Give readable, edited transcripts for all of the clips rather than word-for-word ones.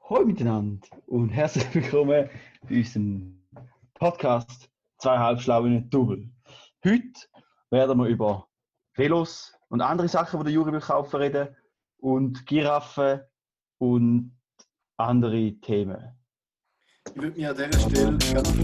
Hallo miteinander und herzlich willkommen bei unserem Podcast «Zwei halbschlaue in Double». Heute werden wir über Velos und andere Sachen, die der Juri will kaufen, reden und Giraffen und andere Themen. Ich würde mich an dieser Stelle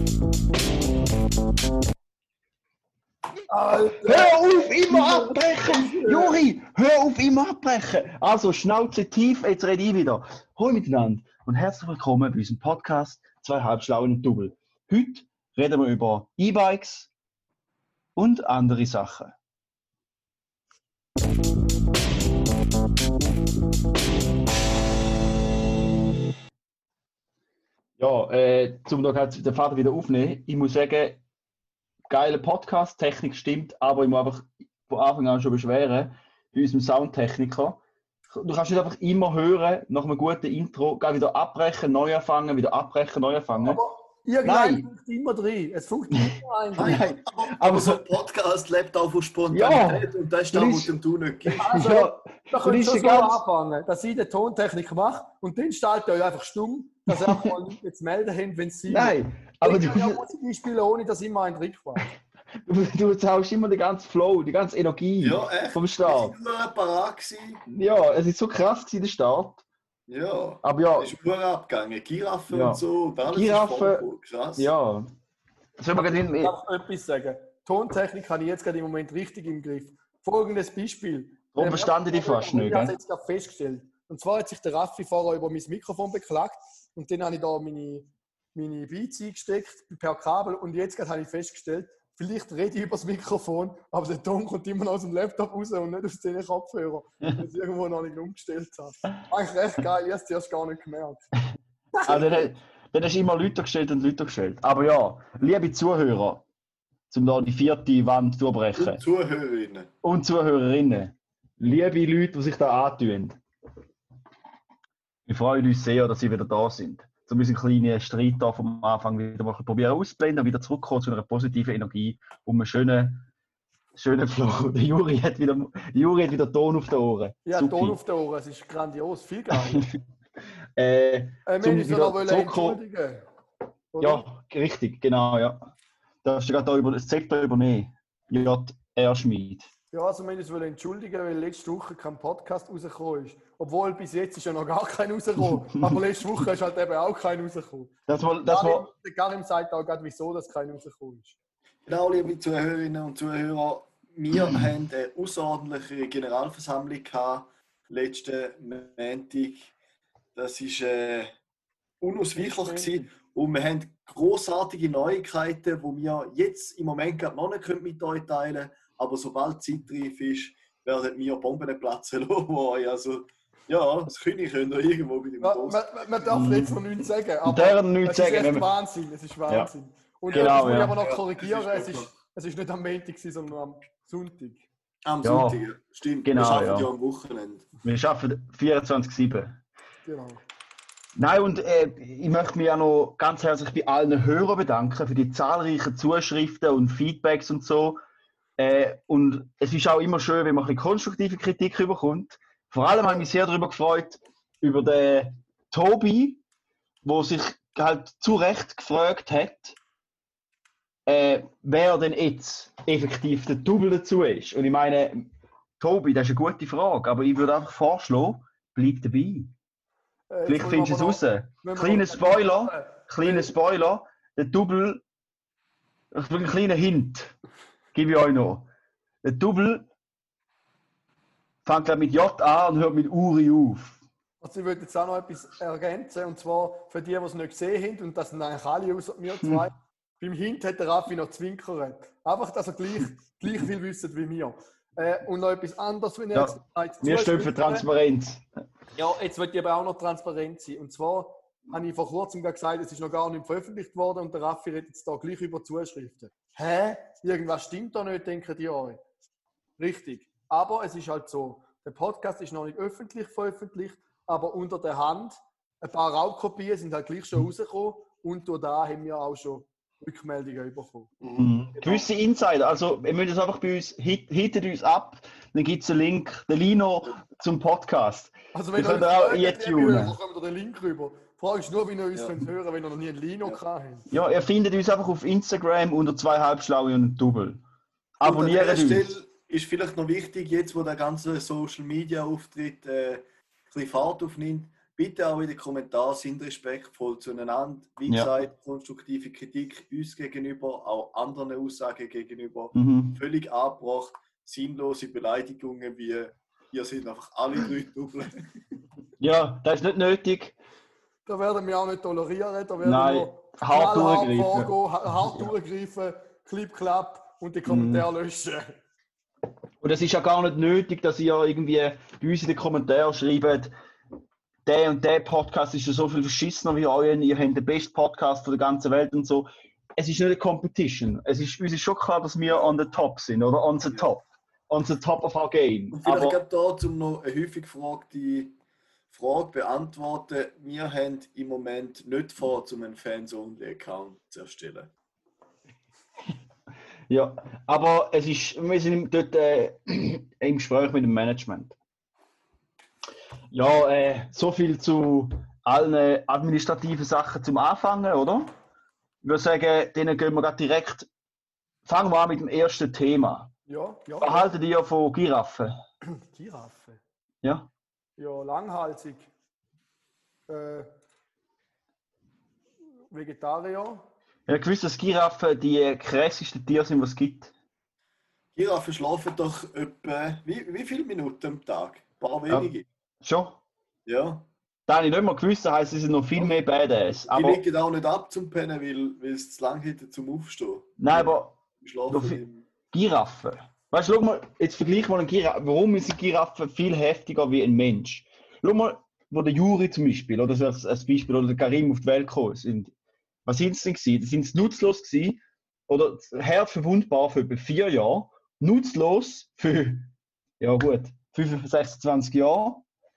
Hör auf, immer abbrechen! Juri, hör auf, immer abbrechen! Also, Schnauze tief, jetzt rede ich wieder. Hallo miteinander und herzlich willkommen bei unserem Podcast «Zwei halbschlaue in Double». Heute reden wir über E-Bikes und andere Sachen. Ja, zum da den Vater wieder aufnehmen. Ich muss sagen, geiler Podcast, Technik stimmt, aber ich muss einfach von Anfang an schon beschweren, bei unserem Soundtechniker. Du kannst nicht einfach immer hören, nach einem guten Intro, gleich wieder abbrechen, neu anfangen, wieder abbrechen, neu anfangen. Aber irgendwann funkt immer drin. Es funktioniert immer eigentlich. Nein, aber so ein Podcast lebt auch von Spontanität und das ist das, was du nicht gibst. Also, ja, da könnt ihr schon so anfangen, dass ich den Tontechnik mache und dann stellt ihr euch einfach stumm, dass ihr einfach mal nicht mehr zu melden habt, wenn es sein Nein, aber ich kann ja Musik einspielen, ohne dass immer ein Trick war. du zahlst immer den ganzen Flow, die ganze Energie Ja, echt. vom Start. Wir waren parat gewesen. Ja, es ist so krass gewesen, der Start. Ja, Aber ja, es ist pur abgegangen. Giraffen Ja. und so. Und alles Giraffen, ist voll cool. Krass. ja. Sollen wir gerade Ich darf etwas sagen. Tontechnik habe ich jetzt gerade im Moment richtig im Griff. Folgendes Beispiel. Darum verstand ich dich fast nicht, Ich habe es gell? jetzt gerade festgestellt. Und zwar hat sich der Raffi vorher über mein Mikrofon beklagt und dann habe ich da meine Beats eingesteckt per Kabel und jetzt gerade habe ich festgestellt, vielleicht rede ich über das Mikrofon, aber der Ton kommt immer noch aus dem Laptop raus und nicht aus den Kopfhörern, weil ich es irgendwo noch nicht umgestellt habe. Eigentlich recht geil, ich habe es erst gar nicht gemerkt. Also, dann hast du immer Leute gestellt. Aber ja, liebe Zuhörer, zum da die vierte Wand durchbrechen. Und Zuhörerinnen. Und Zuhörerinnen. Liebe Leute, die sich da antun. Wir freuen uns sehr, dass Sie wieder da sind. So müssen kleine Streit da vom Anfang wieder mal probieren auszublenden und wieder zurückkommen zu einer positiven Energie und einem schönen Flow. Der Juri hat wieder Ton auf den Ohren. Ja, Supi. Ton auf den Ohren, es ist grandios, viel geil. Zum Wir müssen noch wieder zurückkommen. entschuldigen. Oder? Ja, richtig, genau, ja. Da hast du gerade da über das Zepter übernehmen. J.R. Schmid. Ja, also wir müssen uns entschuldigen, weil letzte Woche kein Podcast rausgekommen ist. Obwohl bis jetzt ist ja noch gar kein rausgekommen. Aber letzte Woche ist halt eben auch kein rausgekommen. Der Karim sagt auch gerade, wieso das kein rausgekommen ist. Genau, liebe Zuhörerinnen und Zuhörer, wir haben eine außerordentliche Generalversammlung gehabt, letzten Montag. Das war unausweichlich gewesen. Und wir haben grossartige Neuigkeiten, die wir jetzt im Moment gerade noch nicht mit euch teilen können. Aber sobald die Zeit reif ist, werden wir Bomben platzen lassen. Also, ja, das könnt ihr irgendwo bei dem Post. Man darf jetzt noch nichts sagen, aber Es es ist echt Wahnsinn. Es ist Wahnsinn. Ja. Und genau, das muss ich ja. aber noch korrigieren, Ja, es ist nicht am Montag, sondern am Sonntag. Am Ja, Sonntag, stimmt. genau, wir arbeiten ja. ja am Wochenende. Wir arbeiten 24/7. Genau. Nein, und ich möchte mich auch noch ganz herzlich bei allen Hörern bedanken für die zahlreichen Zuschriften und Feedbacks und so. Und es ist auch immer schön, wenn man ein bisschen konstruktive Kritik bekommt. Vor allem habe ich mich sehr darüber gefreut, über den Tobi, der sich halt zu Recht gefragt hat, wer denn jetzt effektiv der Double dazu ist. Und ich meine, Tobi, das ist eine gute Frage, aber ich würde einfach vorschlagen, bleib dabei. Vielleicht findest du es raus. Kleiner Spoiler, der Double, ein kleiner Hint, gebe ich euch noch. Der Double fängt mit J an und hört mit Uri auf. Also ich würde jetzt auch noch etwas ergänzen, und zwar für die, die es nicht gesehen haben, und das sind eigentlich alle außer mir zwei. Beim Hint hat der Raffi noch zwinkert. Einfach, dass er gleich viel wissen wie wir. Und noch etwas anderes, wenn ihr jetzt sagt. Wir stehen für Transparenz. Ja, jetzt wird ich aber auch noch transparent sein. Und zwar habe ich vor kurzem gesagt, es ist noch gar nicht veröffentlicht worden und der Raffi redet jetzt da gleich über Zuschriften. Hä? Irgendwas stimmt da nicht, denken die euch. Richtig. Aber es ist halt so, der Podcast ist noch nicht öffentlich veröffentlicht, aber unter der Hand, ein paar Raubkopien sind halt gleich schon rausgekommen und durch da haben wir auch schon Rückmeldungen bekommen. Mhm. Gewisse Insider, also wir müssen es einfach bei uns, hittet uns ab, dann gibt es einen Link, den Lino zum Podcast. Also wenn ihr könnt euch auch mögt, jetzt liebe Hörer, tunen. kommt ihr den Link rüber. Die Frage ist nur, wie ihr uns könnt hören, wenn ihr noch nie einen Lino habt. Ja, ihr findet uns einfach auf Instagram unter 2 Halbschlaue und Double. Abonniert an dieser uns. Stelle ist vielleicht noch wichtig, jetzt wo der ganze Social Media Auftritt ein bisschen Fahrt aufnimmt, bitte auch in den Kommentaren sind respektvoll zueinander. Wie gesagt, konstruktive Kritik uns gegenüber, auch anderen Aussagen gegenüber. Völlig angebracht, sinnlose Beleidigungen wie ihr seid einfach alle 3 Double. Ja, das ist nicht nötig. Da werden wir auch nicht tolerieren. Da werden wir hart durchgreifen, klipp, klapp und die Kommentare löschen. Und es ist ja gar nicht nötig, dass ihr irgendwie bei uns in den Kommentaren schreibt, der und der Podcast ist ja so viel verschissener wie euren, ihr habt den besten Podcast der ganzen Welt und so. Es ist nicht eine Competition. Uns ist schon klar, dass wir on the top sind, oder? On the top. On the top of our game. Und vielleicht gerade da, um noch eine häufig gefragte Frage beantworten. Wir haben im Moment nicht vor, um einen Fans-Only-Account zu erstellen. Ja, aber wir sind dort im Gespräch mit dem Management. Ja, so viel zu allen administrativen Sachen zum Anfangen, oder? Ich würde sagen, denen gehen wir direkt. Fangen wir an mit dem ersten Thema. Ja. Was haltet ihr von Giraffen? Giraffe? Ja. Ja, langhalsig. Vegetarier. Ja, gewusst, dass Giraffen die krassesten Tiere sind, was es gibt. Giraffen schlafen doch etwa, wie viele Minuten am Tag? Ein paar wenige. Schon? Ja. Das habe ich nicht mehr gewusst, das heisst, sie sind noch viel mehr Badass. Die legen auch nicht ab zum Pennen, weil es zu lang hätte zum Aufstehen. Nein, aber Schlafen Giraffen. Weißt du, schau mal, jetzt vergleich mal eine Giraffe. Warum ist eine Giraffe viel heftiger wie ein Mensch? Schau mal, wo der Juri zum Beispiel, oder so als Beispiel, oder der Karim auf die Welt gekommen sind. Was sind sie denn gewesen? Sind sie nutzlos gewesen? Oder herdverwundbar für etwa 4 Jahre? Nutzlos für, ja gut, 25 Jahre.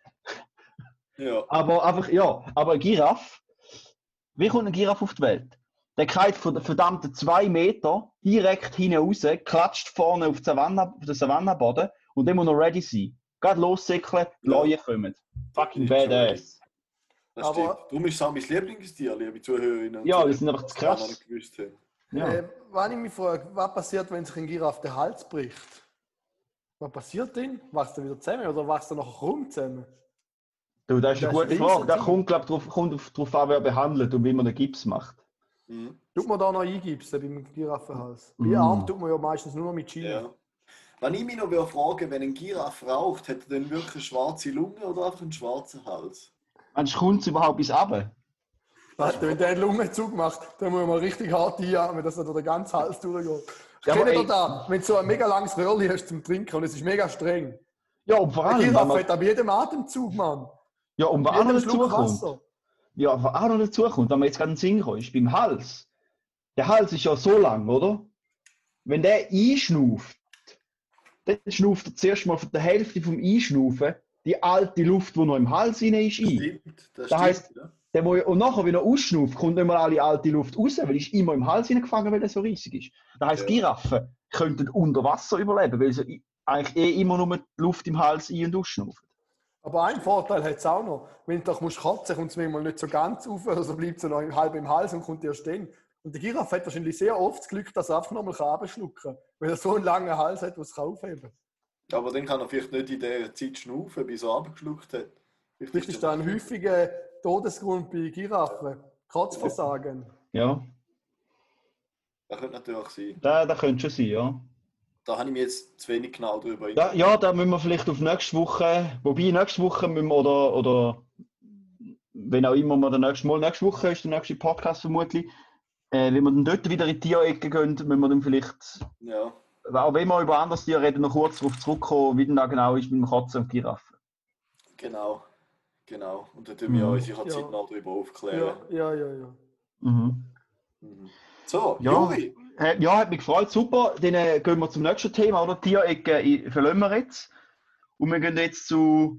Ja. Aber einfach, aber eine Giraffe, wie kommt eine Giraffe auf die Welt? Der geht von den verdammten 2 Meter direkt hinaus, klatscht vorne auf den Savannenboden und dann muss noch ready sein. Geht lossäckeln, die Leute kommen. Fucking badass. Das stimmt. Darum ist es auch mein Lieblingstier, liebe Zuhörerinnen. Ja, die sind einfach zu krass. Ja. Wenn ich mich frage, was passiert, wenn sich ein Giraffe den Hals bricht? Was passiert denn? Wächst er wieder zusammen oder wächst er nachher krumm zusammen? Du, das ist eine gute Frage. Da kommt drauf an, wer behandelt und wie man den Gips macht. Tut man da noch eingipsen beim Giraffenhals? Bei Arm tut man ja meistens nur noch mit China. Ja. Wenn ich mich noch fragen, wenn ein Giraffe raucht, hat er dann wirklich eine schwarze Lunge oder einfach einen schwarzen Hals? Meinst du, kommt es überhaupt bis runter? Warte, wenn der einen Lungenzug macht, dann muss man richtig hart einatmen, dass er durch den ganzen Hals durchgeht. Kennt ihr da, wenn du so ein mega langes Röhrchen hast zum Trinken und es ist mega streng? Ja, und vor allem... Der Giraffe hat ab jedem Atemzug, Mann. Ja, und was auch noch dazu kommt... Ja, was auch noch dazu kommt, wenn man jetzt gerade in den Sinn kommt, ist beim Hals. Der Hals ist ja so lang, oder? Wenn der einschnauft, dann schnauft er zuerst mal von der Hälfte vom Einschnaufen die alte Luft, die noch im Hals rein ist, ein. Das heisst, ja. Und nachher, wenn er ausschnauft, kommt immer alle alte Luft raus, weil ist immer im Hals hineingefangen, weil er so riesig ist. Das heisst, Giraffen könnten unter Wasser überleben, weil sie eigentlich immer nur die Luft im Hals ein- und ausschnaufen. Aber einen Vorteil hat es auch noch. Wenn du kotzen musst, kommt es manchmal nicht so ganz auf, also bleibt es noch halb im Hals und kommt erst dann. Und der Giraffe hat wahrscheinlich sehr oft das Glück, dass er einfach nochmal runterschlucken kann, weil er so einen langen Hals hat, was er aufheben kann. Aber dann kann er vielleicht nicht in dieser Zeit schnaufen, bis er runtergeschluckt hat. Vielleicht ist da ein häufiger Todesgrund bei Giraffen. Kotzversagen. Ja. Das könnte natürlich sein. Das könnte schon sein, ja. Da habe ich mir jetzt zu wenig genau drüber Ja, da müssen wir vielleicht auf nächste Woche, wobei nächste Woche müssen wir, oder wenn auch immer wir nächste Woche ist der nächste Podcast vermutlich, wenn wir dann dort wieder in die Tierecke gehen, müssen wir dann vielleicht, auch wenn wir über anderes Tier reden, noch kurz darauf zurückkommen, wie denn da genau ist mit dem Katzen und Giraffen. Genau. Und dann tun wir uns sicher Zeit noch darüber aufklären. Ja. So, Juri. Ja, hat mich gefreut, super. Dann gehen wir zum nächsten Thema, oder? Tierecke verlassen wir jetzt. Und wir gehen jetzt zu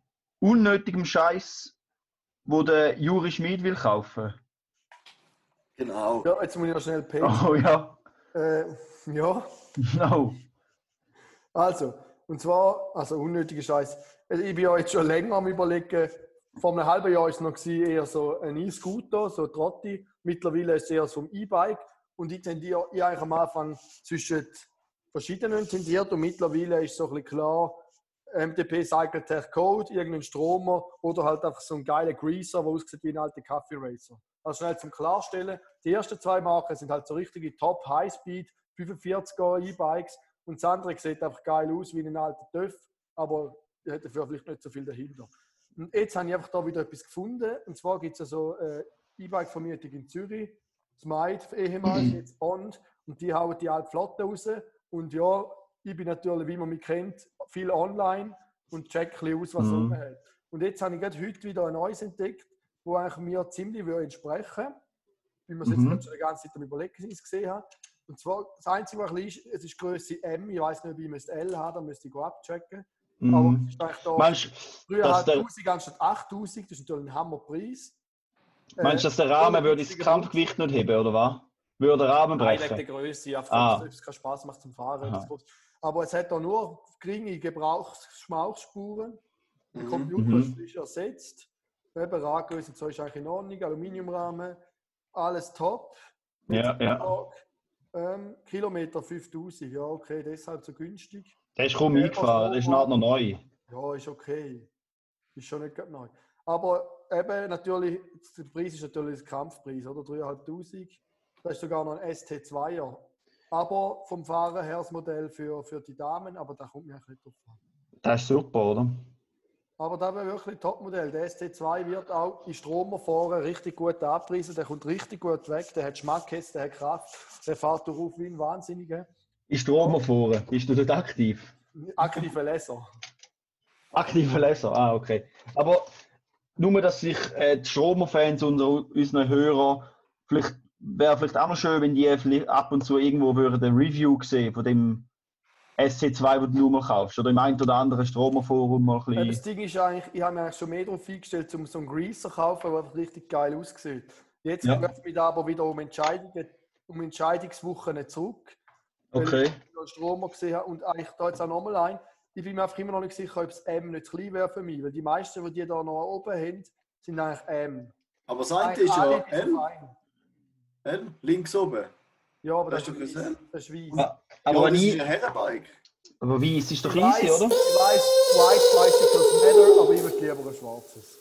unnötigem Scheiß, wo der Juri Schmid will kaufen. Genau. Ja, jetzt muss ich noch schnell Page. Oh ja. Ja. No. Also, und zwar, unnötiger Scheiß. Also ich bin ja jetzt schon länger am Überlegen. Vor einem halben Jahr war es noch eher so ein E-Scooter, so ein Trotti. Mittlerweile ist es eher so ein E-Bike. Und ich tendiere eigentlich am Anfang zwischen verschiedenen tendiert und mittlerweile ist so ein bisschen klar, MTP Cycletech Code, irgendein Stromer oder halt einfach so ein geiler Greaser, der aussieht wie ein alter Kaffee Racer. Also schnell zum Klarstellen, die ersten zwei Marken sind halt so richtige Top High-Speed 45er E-Bikes und das andere sieht einfach geil aus wie ein alter TÜV, aber hat dafür vielleicht nicht so viel dahinter. Und jetzt habe ich einfach da wieder etwas gefunden und zwar gibt es so E-Bike-Vermietung in Zürich, Smite ehemals, jetzt Bond und die hauen die alte Flotte raus und ja, ich bin natürlich, wie man mich kennt, viel online und check ein bisschen aus, was es hat. Und jetzt habe ich gerade heute wieder ein neues entdeckt, das eigentlich mir ziemlich entsprechen würde, wie man es jetzt gerade schon die ganze Zeit am Überlegen gesehen habe. Und zwar, das Einzige, was ist, es ist Größe M, ich weiß nicht, ob ich es L habe, da müsste ich abchecken. Aber es ist eigentlich da Meinst, 3'500 anstatt 8'000, das ist natürlich ein Hammerpreis. Meinst du, dass der Rahmen würde das Kampfgewicht nicht heben, oder was? Würde der Rahmen brechen? Nein, wegen der Größe, einfach, dass es keinen Spaß macht zum Fahren. Aber es hat auch nur geringe Gebrauchsschmauchspuren. Der Computer ist frisch ersetzt. Eben Radgröße, so ist eigentlich in Ordnung. Aluminiumrahmen, alles top. Ja. Kilometer 5000, ja okay, deshalb so günstig. Der ist kaum eingefahren, der ist noch neu. Ja, ist okay. Ist schon nicht neu. Aber eben natürlich, der Preis ist natürlich der Kampfpreis, oder? 3'500. Da ist sogar noch ein ST2er. Aber vom Fahren her das Modell für die Damen, aber da kommt mir eigentlich nicht drauf an. Das ist super, oder? Aber da wäre wirklich ein Topmodell. Der ST2 wird auch in Stromer fahren richtig gut abpreisen. Der kommt richtig gut weg. Der hat Schmackes, der hat Kraft. Der fährt darauf wie ein Wahnsinniger. In Stromer fahren. Bist du dort aktiv? Aktiver Leser. Aktiver Leser, okay. Aber nur, dass sich die Stromer-Fans und unsere Hörer wäre vielleicht auch noch schön, wenn die vielleicht ab und zu irgendwo würden ein Review sehen von dem SC2, den du mal kaufst. Oder im einen oder anderen Stromer-Forum mal ein bisschen. Das Ding ist eigentlich, ich habe mir eigentlich schon mehr darauf eingestellt, um so einen Greaser zu kaufen, der einfach richtig geil aussieht. Jetzt geht es mich aber wieder um Entscheidungswochen zurück. Okay. Weil ich einen Stromer gesehen habe und eigentlich da jetzt auch nochmal ein. Ich bin mir einfach immer noch nicht sicher, ob es M nicht zu klein wäre für mich. Weil die meisten, die da noch oben haben, sind eigentlich M. Aber das eine ist ja M, links oben. Ja, aber das ist doch gesehen. Das ist weiß. Aber das ist ein Herrenbike. Aber weiß ist doch easy, oder? Ich weiss, White Bicycles matter, aber ich würde lieber ein schwarzes.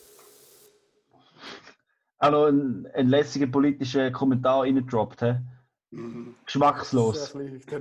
Also ein lässiger politischer Kommentar reingedroppt, hä? Geschmackslos.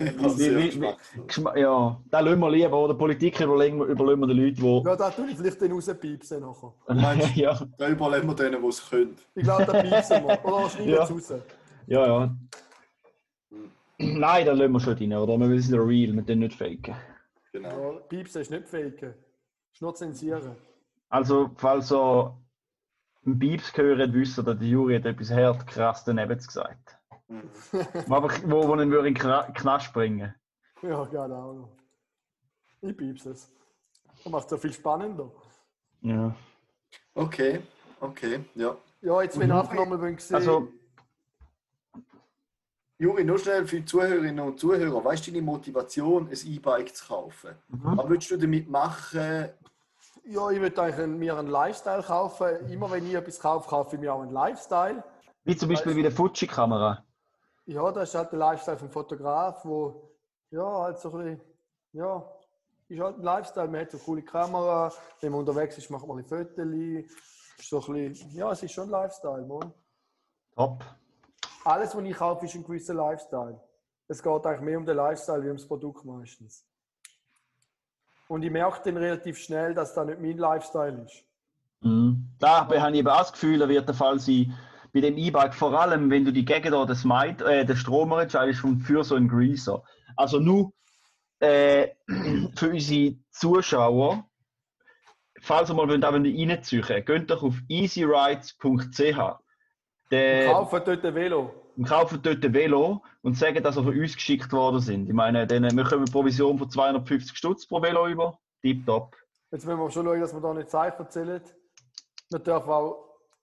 Ja, da lassen wir lieber, oder? Politik überlassen wir den Leuten, die... Ja, da tue ich vielleicht den rauspiepsen nachher. Ja. Da überlegen wir denen, die es können. Ich glaube, da piepsen wir. Oder schneiden wir es raus. Ja. Nein, da lassen wir schon rein, oder? Wir sind real, wir können nicht faken. Genau. Ja, piepsen ist nicht faken. Ist nur zensieren. Also, falls so ein Pieps gehört, wissen, dass der Juri hat etwas hart krass daneben gesagt. Wo ihn in den Knast bringen. Ja, genau noch. Ich piep's es. Das macht es ja viel spannender. Ja. Okay, ja. Ja, jetzt wenn einfach nochmal sehen. Also, Juri, nur schnell für die Zuhörerinnen und Zuhörer. Weißt du deine Motivation, ein E-Bike zu kaufen? Was würdest du damit machen? Ja, ich würde eigentlich mir einen Lifestyle kaufen. Immer wenn ich etwas kaufe, kaufe ich mir auch einen Lifestyle. wie zum Beispiel wie die Fuji-Kamera. Ja, das ist halt der Lifestyle vom Fotograf, wo ja halt so ein bisschen, ja, ist halt ein Lifestyle. Man hat so eine coole Kamera, wenn man unterwegs ist, macht man ein bisschen Fotos. So ein bisschen, ja, es ist schon ein Lifestyle, Mann. Top. Alles, was ich kaufe, ist ein gewisser Lifestyle. Es geht eigentlich mehr um den Lifestyle wie ums Produkt meistens. Und ich merke dann relativ schnell, dass das nicht mein Lifestyle ist. Da habe ich eben auch das Gefühl, da wird der Fall sein, bei dem E-Bike, vor allem, wenn du die gegen den Smite, den Stromer entscheidest für so einen Greaser. Also nur für unsere Zuschauer, falls ihr mal reinziehen wollt, geht doch auf easyrides.ch. Kaufen dort ein Velo. Und kaufen dort ein Velo und sagen, dass sie von uns geschickt worden sind. Ich meine, wir kommen eine Provision von 250 Stutz pro Velo über. Tipptopp. Jetzt müssen wir schon schauen, dass wir da nicht Zeit erzählen. Wir dürfen auch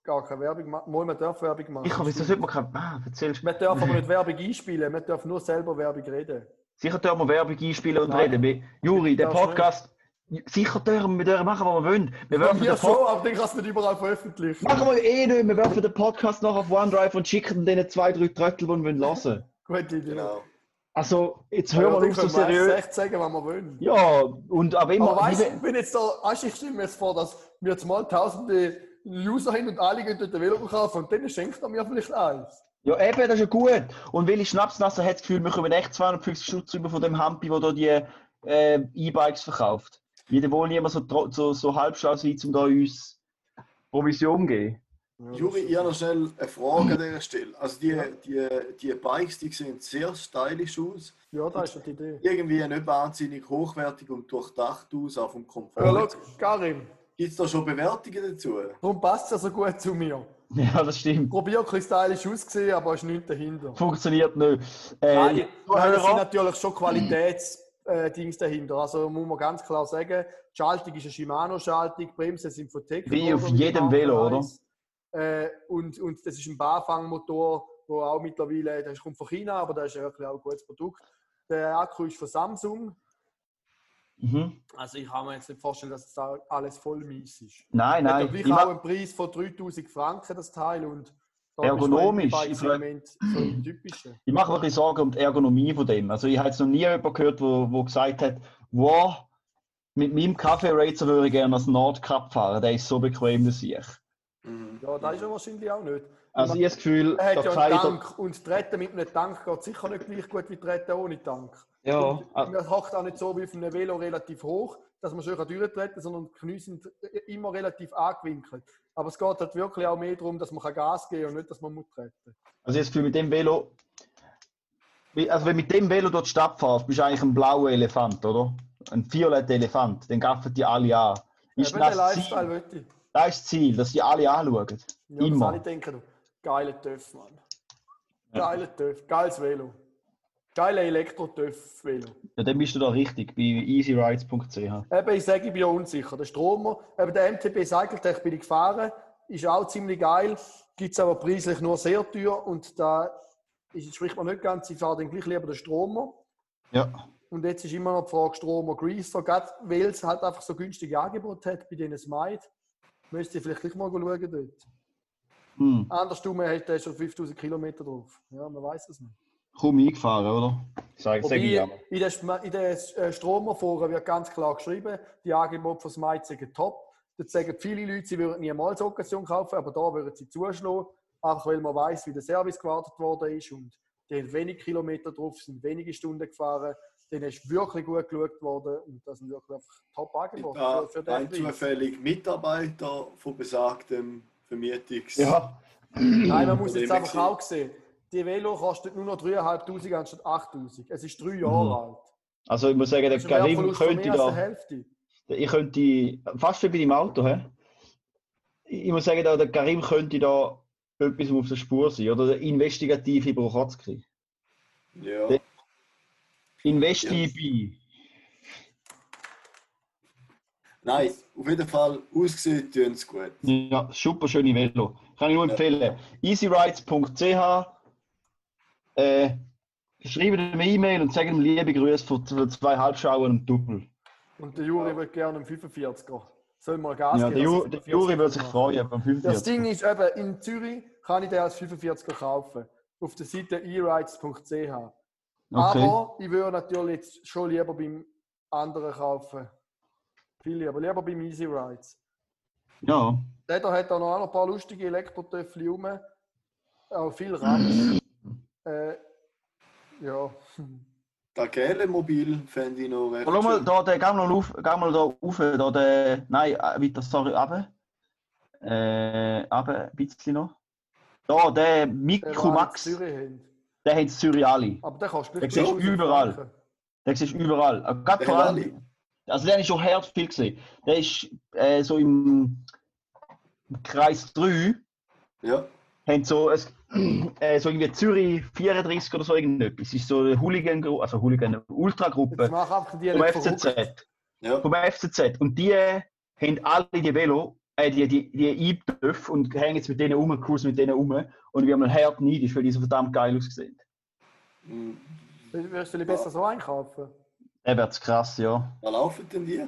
gar keine Werbung machen. Man darf Werbung machen. Wieso sollte man keine... erzählst du? Man darf aber nicht Werbung einspielen, man darf nur selber Werbung reden. Sicher dürfen wir Werbung einspielen und reden. Juri, der Podcast... Sicher dürfen wir machen, was wir wollen. Ja, schon, aber den kannst du nicht überall veröffentlichen. Machen wir nicht. Wir werfen den Podcast noch auf OneDrive und schicken denen 2-3 Tröttel, die wir hören wollen. Gute Idee. Genau. Also, jetzt hören wir uns so seriös. echt sagen, was wir wollen. Ja, und aber immer... Aber weißt du, wenn jetzt da... Ich stelle mir jetzt vor, dass wir jetzt mal tausende User hin und alle gehen dort ein Velo kaufen und dann schenkt er mir vielleicht eins. Ja, eben, das ist ja gut. Und weil ich Schnapsnasser hat das Gefühl, wir kommen echt 250 Schutz über von dem Hampi, der hier die E-Bikes verkauft. Jeder wohl niemand so halbschlau sein, um da uns Provision zu geben. Juri, ich habe noch schnell eine Frage an dieser Stelle. Also die Bikes, die sehen sehr stylisch aus. Ja, das ist die Idee. Irgendwie nicht wahnsinnig hochwertig und durchdacht aus, auch vom Komfort. Ja, look, Karim. Gibt es da schon Bewertungen dazu? Darum passt es ja so gut zu mir. Ja, das stimmt. Probier ein bisschen stylisch auszusehen, aber ist nichts dahinter. Funktioniert nicht. Nein, es sind natürlich schon Qualitätsdings dahinter. Also muss man ganz klar sagen, die Schaltung ist eine Shimano-Schaltung, Bremsen sind von Tecno. Wie auf jedem Velo, oder? Und das ist ein Bafang-Motor, der auch mittlerweile, das kommt von China, aber das ist wirklich auch ein gutes Produkt. Der Akku ist von Samsung. Mhm. Also ich kann mir jetzt nicht vorstellen, dass da alles voll mies ist. Nein. Hat gleich auch einen Preis von 3000 Franken, das Teil. Und ergonomisch. So typische. Ich mache wirklich Sorgen um die Ergonomie von dem. Also ich habe jetzt noch nie jemanden gehört, der gesagt hat, wow, mit meinem Kaffee-Racer würde ich gerne als Nordcup fahren. Der ist so bequem, dass ich. Ja, das ist er wahrscheinlich auch nicht. Also ich habe das Gefühl, er hat ja einen Tank und die Retten mit einem Tank geht sicher nicht gleich gut wie die Retten ohne Tank. Ja. Man hockt auch nicht so wie auf einem Velo relativ hoch, dass man schön durchtreten kann, sondern die Knie sind immer relativ angewinkelt. Aber es geht halt wirklich auch mehr darum, dass man Gas geben kann und nicht, dass man muss treten. Also ich habe das Gefühl, mit dem Velo, also wenn mit dem Velo durch die Stadt fährst, bist du eigentlich ein blauer Elefant, oder? Ein violetter Elefant, den gaffen die alle an. Ist ja, das Lifestyle will ich. Das ist das Ziel, dass die alle anschauen. Ja, immer. Dass alle denken, geile TÜV, Mann. Geile TÜV, geiles Velo. Geile Elektro-TÜV-Velo. Ja, dann bist du da richtig, bei easyrides.ch. Eben, ich sage, ich bin ja unsicher. Der Stromer, eben der MTB Cycletech bin ich gefahren, ist auch ziemlich geil, gibt es aber preislich nur sehr teuer und da spricht man nicht ganz, ich fahre dann gleich lieber den Stromer. Ja. Und jetzt ist immer noch die Frage Stromer Greaser, gerade weil es halt einfach so günstige Angebote hat bei denen Smite. Müsst ihr vielleicht gleich mal schauen dort. Andersrum hat er schon 5000 Kilometer drauf. Ja, man weiß es nicht. Kaum eingefahren, oder? Sag ich aber. In den Stromerforen wird ganz klar geschrieben, die Angebote von Smite sind top. Dort sagen viele Leute, sie würden niemals Occasion kaufen, aber da würden sie zuschlagen, einfach weil man weiß, wie der Service gewartet worden ist und die haben wenig Kilometer drauf, sind wenige Stunden gefahren. Denen ist wirklich gut geschaut worden und das sind wirklich Top-Angebote für den Preis. Zufällig Mitarbeiter von besagtem Vermietungs... Ja. Nein, man muss jetzt einfach auch sehen, die Velo kostet nur noch 3'500 anstatt 8'000. Es ist 3 Jahre alt. Also ich muss sagen, der Karim könnte da... Ich könnte, fast wie bei deinem Auto, ich muss sagen, der Karim könnte da etwas auf der Spur sein, oder der investigative Bruchatzki. Ja. Investibi. Nein, auf jeden Fall ausgesehen tun es gut. Ja, super schöne Velo. Kann ich nur empfehlen. easyrides.ch schreiben ihm eine E-Mail und sagen ihm liebe Grüße von 2 Halbschauen und Doppel. Und der Juri wird gerne einen 45er. Soll mal Gas geben? Ja, der Juri würde sich freuen beim 45er. Das Ding ist eben, in Zürich kann ich den als 45er kaufen. Auf der Seite erides.ch. Okay. Aber ich würde natürlich jetzt schon lieber beim anderen kaufen. Viel lieber beim Easy Rides. Ja. Der hat auch noch ein paar lustige Elektrotöffel rum. Auch viel Ramsch. Ja. Das gelbe Mobil fände ich noch recht schön. Geh mal da rauf. Nein, weiter, sorry, runter. Runter, ein bisschen noch. Da, der Mikro Max. Der hat es Zürich alle. Aber der kannst du nicht überall. Der siehst überall. Gerade vor allem, also der ist schon hart viel gesehen. Der ist so im Kreis 3. Ja. Haben so irgendwie Zürich 34 oder so irgendetwas. Das ist so eine Ultragruppe vom FCZ. Ja. Vom FCZ. Und die haben alle die Velo die Eibtöpfe und hängen jetzt mit denen rum, cruisen mit denen rum. Und ich bin mal hart neidisch, weil die so verdammt geil aussehen. Würdest du besser so einkaufen? Der wird's krass, ja. Was laufen denn die?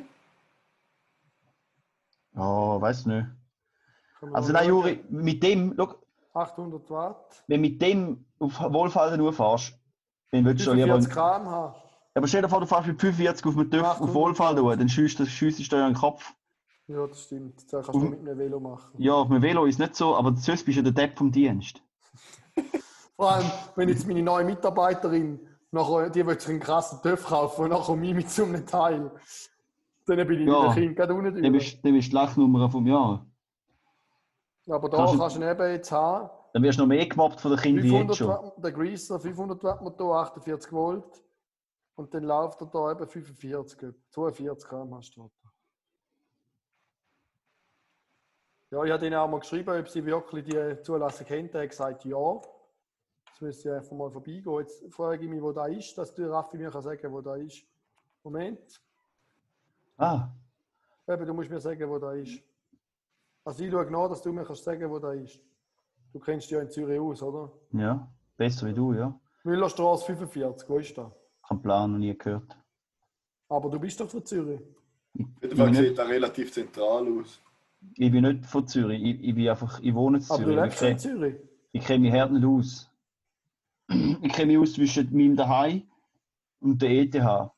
Ja, weiß nicht. Also nein, Juri, mit dem, schau, 800 Watt. wenn du mit dem auf Wohlfallen nur fährst, dann würdest du lieber... 45 km/h. Aber stell dir vor, du fährst mit 45 auf einem TÜV auf Wohlfallen durch, dann schiessst du dir ja in den Kopf. Ja, das stimmt. Das kannst du mit einem Velo machen. Ja, auf einem Velo ist nicht so, aber sonst bist du ja der Depp vom Dienst. Vor allem, wenn jetzt meine neue Mitarbeiterin, nachher, die will sich einen krassen TÜV kaufen und nachher komme ich mit so einem Teil. Dann bin ich mit dem Kind gerade unten drüber. Dann bist du die Lachnummer vom Jahr. Aber da kannst du eben jetzt haben. Dann wirst du noch mehr gemobbt von den Kindern wie jetzt schon. Watt, der Greaser, 500 Watt Motor, 48 Volt. Und dann läuft er da eben 45, 42 km/h steht. Ja, ich habe ihnen auch mal geschrieben, ob sie wirklich die Zulassung haben. Er hat gesagt, ja. Jetzt müsste ich einfach mal vorbeigehen. Jetzt frage ich mich, wo da ist, dass der Raffi mir sagen kann, wo da ist. Moment. Ah. Eben, du musst mir sagen, wo da ist. Also ich schaue nach, dass du mir kannst sagen, wo da ist. Du kennst dich ja in Zürich aus, oder? Ja, besser wie du, ja. Müllerstraße 45, wo ist da? Kein Plan, noch nie gehört. Aber du bist doch von Zürich. Jedenfalls sieht das relativ zentral aus. Ich bin nicht von Zürich, ich wohne in Zürich. Aber du lebst in Zürich? Ich kenne mich hart nicht aus. Ich kenne mich aus zwischen meinem Daheim und der ETH.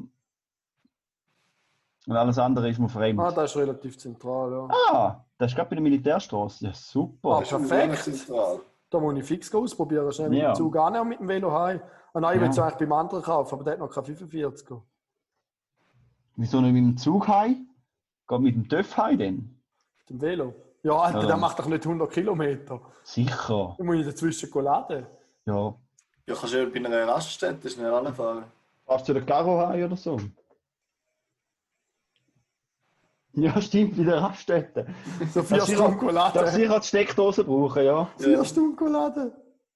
Und alles andere ist mir fremd. Ah, das ist relativ zentral, ja. Ah, das ist gerade bei der Militärstraße. Ja, super. Ah, perfekt. Da muss ich fix ausprobieren. Schnell mit dem Zug an und mit dem Velo heim. Ah, nein, ich will es eigentlich beim anderen kaufen, aber der hat noch keine 45. Wieso nicht mit dem Zug heim? Geht mit dem TÜV heim denn? Mit dem Velo? Ja, Alter, der macht doch nicht 100 Kilometer. Sicher. Dann muss ich dazwischen laden. Ja. Ja, kannst du ja bei einer Raststätte schnell anfahren. Fährst du den Karo heim oder so? Ja, stimmt, bei der Raststätte. So 4 Stunden laden. Darf sicher die Steckdose brauchen, ja. 4 Stunden laden.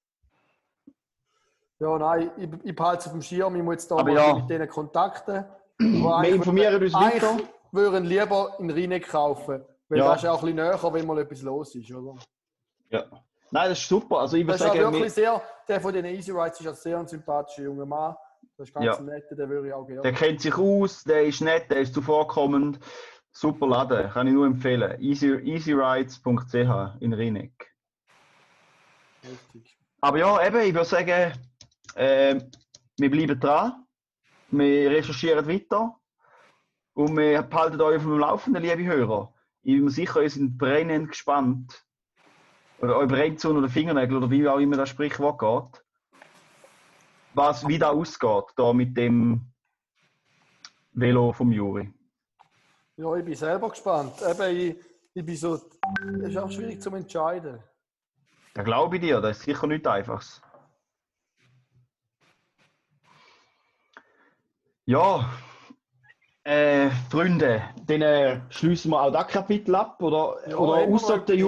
Ja, nein, ich behalte es auf dem Schirm. Ich muss jetzt da mal mit denen kontakten. Wir informieren uns weiter. Ich würde lieber in Rheineck kaufen. Weil das ist auch ein bisschen näher, wenn mal etwas los ist, oder? Ja. Nein, das ist super. Also ich würde sagen, wirklich sehr, der von den Easy Rides ist ein sehr sympathischer junger Mann. Das ist ganz nett, den würde ich auch gerne. Der kennt sich aus, der ist nett, der ist zuvorkommend. Super Laden, kann ich nur empfehlen. easyrides.ch in Rheineck. Richtig. Aber ja, eben, ich würde sagen, wir bleiben dran. Wir recherchieren weiter. Und wir behalten euch auf dem Laufenden, liebe Hörer. Ich bin mir sicher, ihr seid brennend gespannt. Oder euch brennt so unter den Fingernägeln, oder wie auch immer das Sprichwort geht. Wie das ausgeht, da mit dem Velo vom Juri. Ja, ich bin selber gespannt. Eben, ich bin so... Es ist auch schwierig zu entscheiden. Da glaube ich dir, das ist sicher nicht einfaches. Ja, Freunde, dann schließen wir auch das Kapitel ab. Oder außer der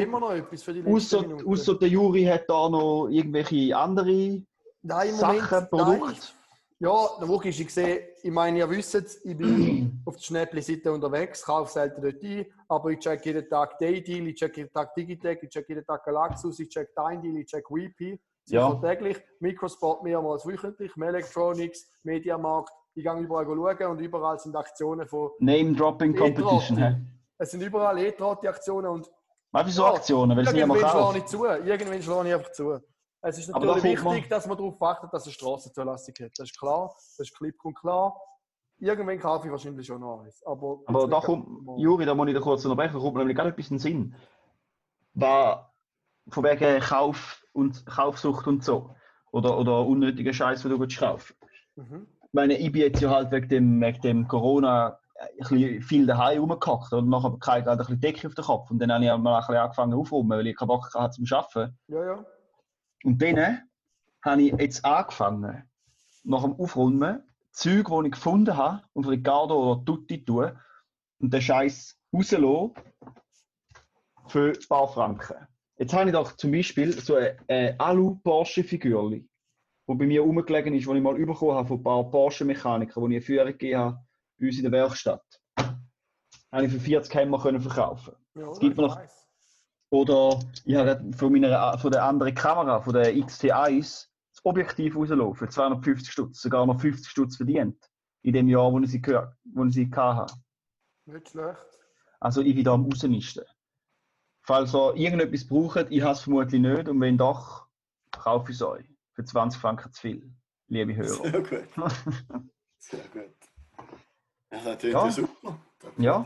Juri hat da noch irgendwelche andere Sachen, Produkte? Ja, der Woche ist, ich meine, ihr wisst, ich bin auf der Schnäppli-Seite unterwegs, kaufe selten dort ein, aber ich check jeden Tag Day-Deal, ich check jeden Tag Digitec, ich check jeden Tag Galaxus, ich check Dein Deal, ich check Weepy, täglich, Microsport mehrmals wöchentlich, Electronics, Mediamarkt, ich gehe überall schauen und überall sind Aktionen von Name-Dropping Competition. Es sind überall E-Trot-Aktionen und... Was für so Aktionen? Weil es niemand kauft. Irgendwann schlage ich einfach zu. Es ist natürlich wichtig, dass man darauf achtet, dass es Strassenzulassung hat. Das ist klar, das ist klipp und klar. Irgendwann kaufe ich wahrscheinlich schon noch eins. Aber da kommt, Juri, da muss ich dir kurz unterbrechen, da kommt nämlich gerade etwas in den Sinn. War von wegen Kaufsucht und so. Oder unnötiger Scheiß, den du kaufen willst. Ich meine, ich bin jetzt ja halt wegen dem Corona ein bisschen viel daheim rumgehockt und nachher hatte ich halt ein bisschen Decke auf den Kopf. Und dann habe ich mal ein bisschen angefangen aufzuräumen, weil ich keinen Bock hatte zum Arbeiten. Ja. Und dann habe ich jetzt angefangen, nach dem Aufräumen, Zeug, die ich gefunden habe, und von Ricardo oder Tutti tun und den Scheiß rauslassen für ein paar Franken. Jetzt habe ich doch zum Beispiel so eine Alu-Porsche-Figur, die bei mir rumgelegen ist, die ich mal bekommen habe von ein paar Porsche-Mechanikern, die ich eine Führung gegeben habe, bei uns in der Werkstatt. Habe ich für 40 Hämmer verkaufen. Ja, Es gibt mir noch. nice. Oder ich habe von der anderen Kamera, von der XT1, das Objektiv rauslassen für 250 Stutz, sogar noch 50 Stutz verdient. In dem Jahr, wo ich sie hatte. Nicht schlecht. Also ich bin da am Rausmisten. Falls ihr irgendetwas braucht, ich habe es vermutlich nicht. Und wenn doch, kaufe ich es euch. Für 20 Franken zu viel, liebe Hörer. Sehr gut. Sehr gut. Ja, das klingt Ja. ja super. Ja.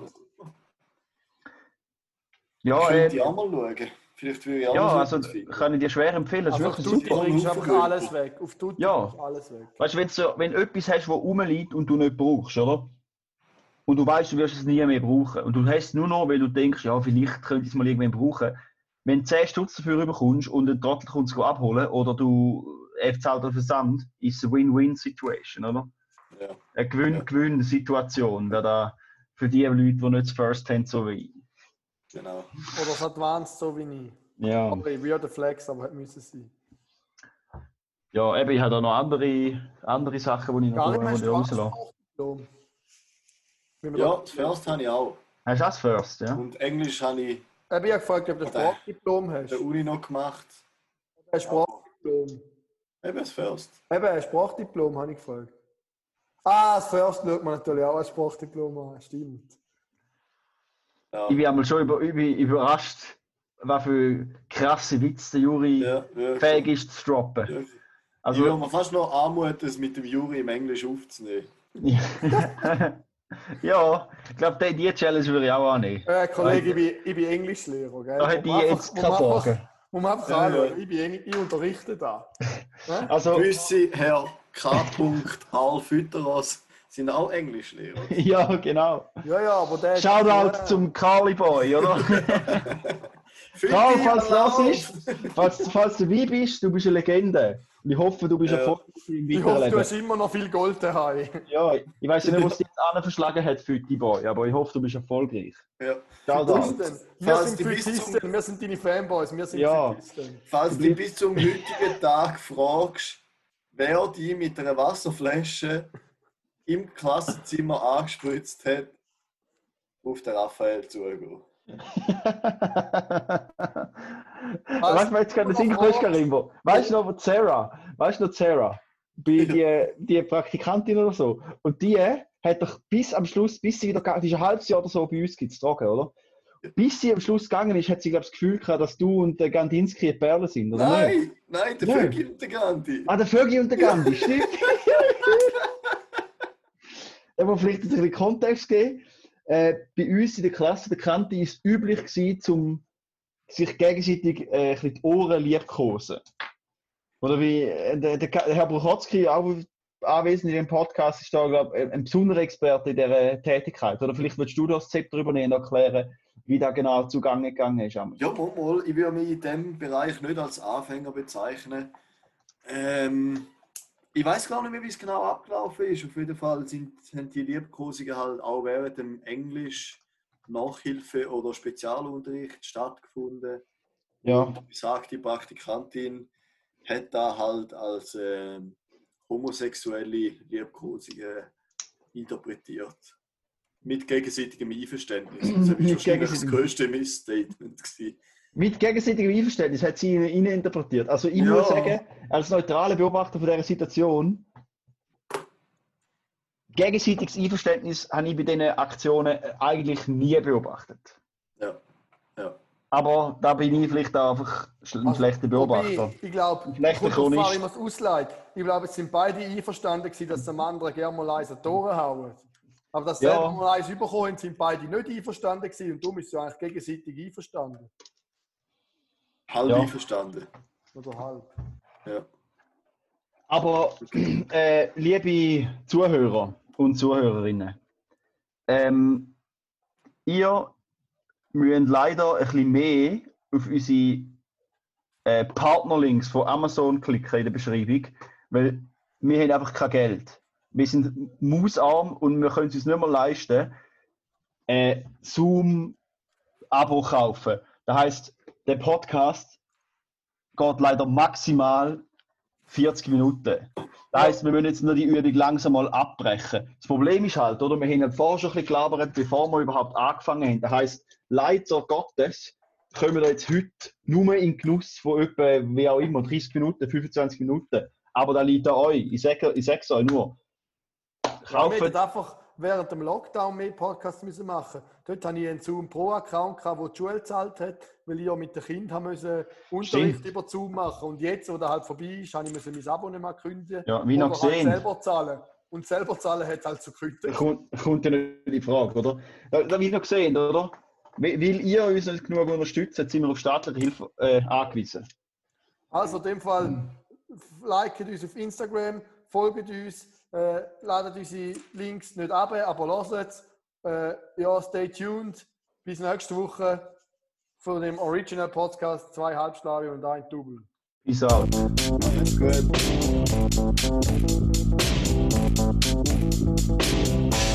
Ja, Könnte ich auch mal schauen. Vielleicht würde ich auch ja, mal also finden. kann ich dir schwer empfehlen. Das ist Also auf wirklich Tutti super. bringst du einfach Haufen alles weg. Auf Tutti Ja. bringst du alles weg. Weißt du, wenn du etwas hast, das rumliegt und du nicht brauchst, oder? Und du weißt, du wirst es nie mehr brauchen. Und du hast es nur noch, weil du denkst, ja, vielleicht könnte ich es mal irgendwann brauchen. Wenn du 10 Stutz dafür bekommst und ein Trottel kommt es abholen oder er zahlt den Versand, ist es eine Win-Win-Situation, oder? Ja. Eine Gewinn-Gewinn-Situation wäre da für die Leute, die nicht das First haben, so wie ich. Genau. Oder das Advanced, so wie ich. Ja. Aber ich würde Flex, aber hätte müssen sein. Ja, eben, ich habe da noch andere Sachen, die ich Gar noch nicht mehr rauslasse. Sprachdiplom. Ja, das First habe ich auch. Hast du das First, ja? Und Englisch habe ich Ich habe gefragt, ob du ein Sprachdiplom hast. der Uni noch gemacht. Ein Sprachdiplom. Eben das First. Eben, ein Sprachdiplom habe ich gefragt. Ah, das First schaut man natürlich auch als Sprachdiplom an, stimmt. Ja. Ich bin einmal schon überrascht, was für krasse Witze der Juri Wirklich. fähig ist zu droppen. Wirklich. Also, ich würde mir fast noch anmuten, es mit dem Juri im Englisch aufzunehmen. ja, ich glaube, die Challenge würde ich auch annehmen. Kollege, ich bin Englischlehrer, gell? Da hätte ich jetzt keine Frage. Muss man einfach anschauen, ich unterrichte da. Ne? Also, Gewisse Herr K. Alfüteros sind auch Englischlehrer. ja, genau. Ja, aber der... Shoutout zum Carly Boy, oder? Karl, falls das ist, falls du wie bist, du bist eine Legende. Und ich hoffe, du bist erfolgreich im Ich hoffe, du Weiterleben. hast immer noch viel Gold daheim. Ja, ich weiß nicht, was dich jetzt verschlagen hat für die Boy, aber ich hoffe, du bist erfolgreich. Ja. Shoutout. Wir sind Flötisten, wir sind deine Fanboys, wir sind Flötisten. Falls du bis zum heutigen Tag fragst, wer die mit einer Wasserflasche im Klassenzimmer angespritzt hat, auf den Raphael zugehen. Weißt du, jetzt gerade das Ingefäß, Karimbo? Weißt du noch, Sarah? Die Praktikantin oder so. Und die hat doch bis am Schluss, bis sie wieder, die ist ein halbes Jahr oder so bei uns getragen, oder? Bis sie am Schluss gegangen ist, hat sie, glaube ich, das Gefühl gehabt, dass du und der Gandinski eine Perle sind, oder nicht? Nein, der Vögi und der Gandhi. Ah, der Vögi und der Gandhi, stimmt. Da muss vielleicht ein bisschen Kontext geben. Bei uns in der Klasse, der Kante, ist es üblich gewesen, sich gegenseitig ein bisschen die Ohren liebkosen. Oder wie der Herr Bruchotzki, auch anwesend in dem Podcast, ist da, glaube ich, ein besonderer Experte in dieser Tätigkeit. Oder vielleicht willst du das Zepter übernehmen und erklären, wie da genau zugange gegangen ist. Ja, mal, ich würde mich in diesem Bereich nicht als Anfänger bezeichnen. Ich weiß gar nicht mehr, wie es genau abgelaufen ist. Auf jeden Fall sind die Liebkosungen halt auch während dem Englisch Nachhilfe oder Spezialunterricht stattgefunden. Ja. Und die besagte Praktikantin hat da halt als homosexuelle Liebkosungen interpretiert. Mit gegenseitigem Einverständnis. Das war wahrscheinlich das größte Missstatement gewesen. Mit gegenseitigem Einverständnis hat sie ihn interpretiert. Also ich muss sagen, als neutraler Beobachter von dieser Situation, gegenseitiges Einverständnis habe ich bei diesen Aktionen eigentlich nie beobachtet. Ja. Aber da bin ich vielleicht einfach ein schlechter Beobachter. Ich glaube, schlechter Chronist. Ich muss auslegen. Ich glaube, es sind beide einverstanden gewesen, dass dem anderen gerne mal eins an die Ohren hauen. Aber dass selber mal eins überkommen, sind beide nicht einverstanden gewesen. Und darum ist es eigentlich gegenseitig einverstanden. Halb einverstanden. Oder halb. Ja. Aber, liebe Zuhörer und Zuhörerinnen, ihr müsst leider ein bisschen mehr auf unsere Partnerlinks von Amazon klicken in der Beschreibung, weil wir haben einfach kein Geld. Wir sind mausarm und wir können es uns nicht mehr leisten, Zoom-Abo kaufen. Das heisst, der Podcast geht leider maximal 40 Minuten. Das heisst, wir müssen jetzt nur die Übung langsam mal abbrechen. Das Problem ist halt, oder? Wir haben vorher schon ein bisschen gelabert, bevor wir überhaupt angefangen haben. Das heisst, leider Gottes kommen wir jetzt heute nur in Genuss von etwa, wie auch immer, 30 Minuten, 25 Minuten. Aber da liegt an euch. Ich sage es euch nur. Wir hätten einfach während dem Lockdown mehr Podcasts machen müssen. Dort hatte ich einen Zoom Pro-Account, der die Schule gezahlt hat, weil ich ja mit den Kindern Unterricht über Zoom machen. Und jetzt, wo der halt vorbei ist, habe ich mein Abo nicht mehr kündigen. Ja, wie noch gesehen. Halt selber zahlen. Und selber zahlen hat halt zu gekündigt. Kommt ja nicht die Frage, oder? Wie noch gesehen, oder? Weil ihr uns nicht genug unterstützt, sind wir auf staatliche Hilfe angewiesen. Also in dem Fall, liket uns auf Instagram, folgt uns, ladet unsere Links nicht ab, aber lasst es. Ja, stay tuned. Bis nächste Woche von dem Original Podcast 2 Halbschlage und 1 Double. Peace out. Macht's gut.